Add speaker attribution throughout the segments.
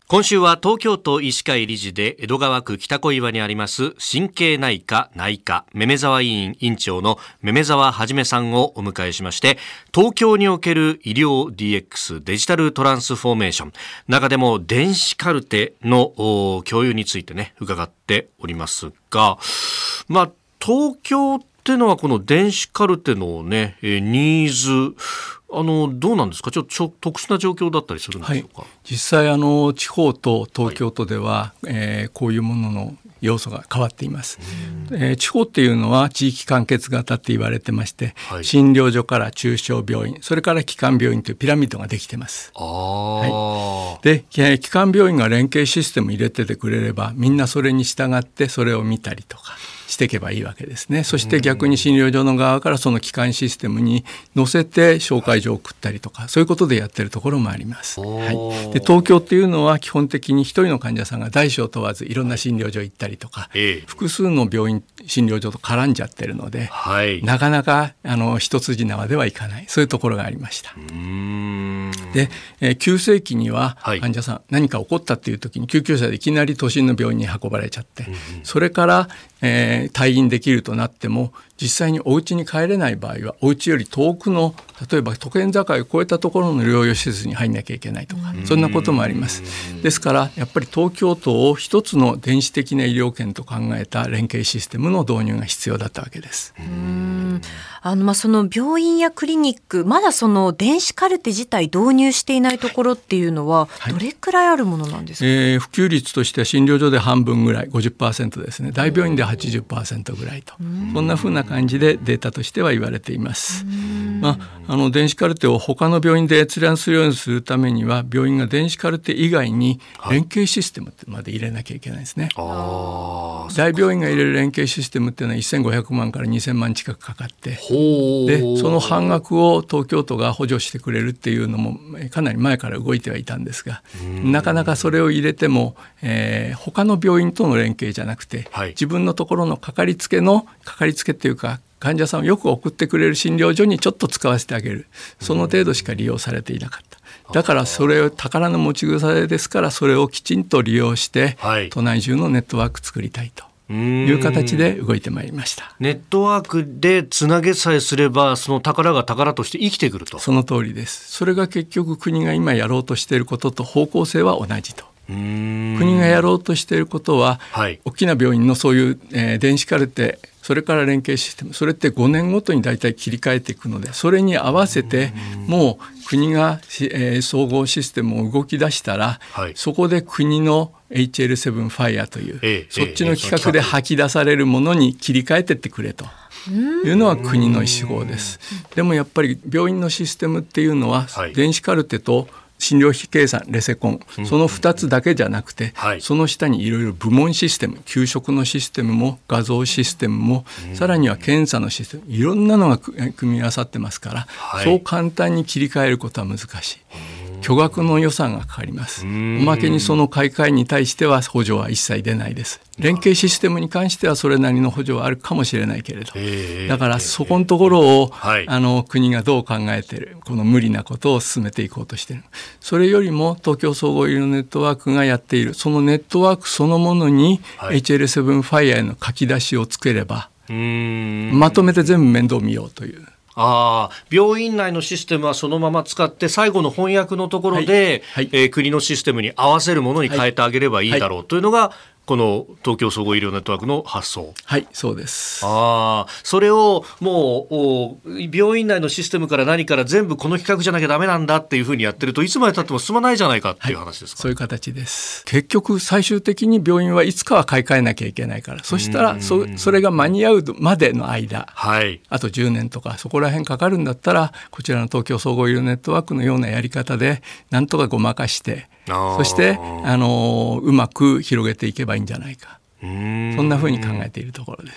Speaker 1: 今週は東京都医師会理事で江戸川区北小岩にあります神経内科内科めめざわ医院院長のめめざわはじめさんをお迎えしまして、東京における医療 DX デジタルトランスフォーメーション、中でも電子カルテの共有についてね伺っておりますが、東京ってのはこの電子カルテのねニーズどうなんですか。ちょっと特殊な状況だったりするんでしょうか。
Speaker 2: 実際地方と東京都では、こういうものの要素が変わっています。地方っていうのは地域完結型って言われてまして、診療所から中小病院、それから基幹病院というピラミッドができてます。で、基幹病院が連携システム入れててくれれば、みんなそれに従ってそれを見たりとかしていけばいいわけですね。そして逆に診療所の側からその基幹システムに載せて紹介状を送ったりとか、そういうことでやってるところもあります。で、東京っていうのは基本的に一人の患者さんが大小問わずいろんな診療所行ったりとか、複数の病院診療所と絡んじゃってるので、なかなか一筋縄ではいかない、そういうところがありました。で、急性期には患者さん、何か起こったっていう時に救急車でいきなり都心の病院に運ばれちゃって、それから退院できるとなっても、実際にお家に帰れない場合はお家より遠くの、例えば都県境を越えたところの療養施設に入んなきゃいけないとか、そんなこともあります。ですからやっぱり東京都を一つの電子的な医療圏と考えた連携システムの導入が必要だったわけです。
Speaker 3: その病院やクリニック、まだその電子カルテ自体導入していないところっていうのはどれくらいあるものなんですか。
Speaker 2: 普及率としては診療所で半分ぐらい 50% ですね。大病院で 80% ぐらいと、そんな風な感じでデータとしては言われています。電子カルテを他の病院で閲覧するようにするためには、病院が電子カルテ以外に連携システムまで入れなきゃいけないですね。大病院が入れる連携システムっていうのは1500万から2000万近くかかって、でその半額を東京都が補助してくれるっていうのもかなり前から動いてはいたんですが、なかなかそれを入れても、他の病院との連携じゃなくて、自分のところのかかりつけっていうか、患者さんをよく送ってくれる診療所にちょっと使わせてあげる、その程度しか利用されていなかった。だからそれを宝の持ち腐ですから、それをきちんと利用して、都内中のネットワーク作りたいという形で動いてまいりました。
Speaker 1: ネットワークでつなげさえすれば、その宝が宝として生きてくると。
Speaker 2: その通りです。それが結局国が今やろうとしていることと方向性は同じと。国がやろうとしていることは、大きな病院のそういう、電子カルテ、それから連携システム、それって5年ごとに大体切り替えていくので、それに合わせてもう国が、総合システムを動き出したら、そこで国の HL7 ファイアという、そっちの規格で吐き出されるものに切り替えてってくれというのは国の意思号です。でもやっぱり病院のシステムっていうのは、電子カルテと診療費計算レセコン、その2つだけじゃなくて、その下にいろいろ部門システム、給食のシステムも画像システムも、さらには検査のシステム、いろんなのが組み合わさってますから、そう簡単に切り替えることは難しい。巨額の予算がかかります。おまけにその買い替えに対しては補助は一切出ないです。連携システムに関してはそれなりの補助はあるかもしれないけれど、だからそこのところを、国がどう考えている、この無理なことを進めていこうとしている。それよりも東京総合医療ネットワークがやっているそのネットワークそのものに HL7 ファイアへの書き出しをつければ、まとめて全部面倒見ようという。
Speaker 1: 病院内のシステムはそのまま使って、最後の翻訳のところで、国のシステムに合わせるものに変えてあげればいいだろうというのが、この東京総合医療ネットワークの発想。
Speaker 2: そうです。
Speaker 1: それをもう病院内のシステムから何から全部この規格じゃなきゃダメなんだっていうふうにやってると、いつまで経っても進まないじゃないかっていう話ですか。
Speaker 2: そういう形です。結局最終的に病院はいつかは買い替えなきゃいけないから、そしたらそれが間に合うまでの間、あと10年とかそこら辺かかるんだったら、こちらの東京総合医療ネットワークのようなやり方でなんとかごまかして、そしてうまく広げていけばいいんじゃないか、そんなふうに考えているところです。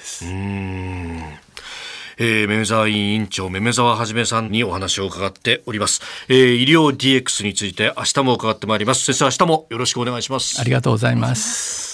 Speaker 1: めめざわ委員長めめざわはじめさんにお話を伺っております。医療 DX について明日も伺ってまいります。先生、明日もよろしくお願いします。
Speaker 2: ありがとうございます。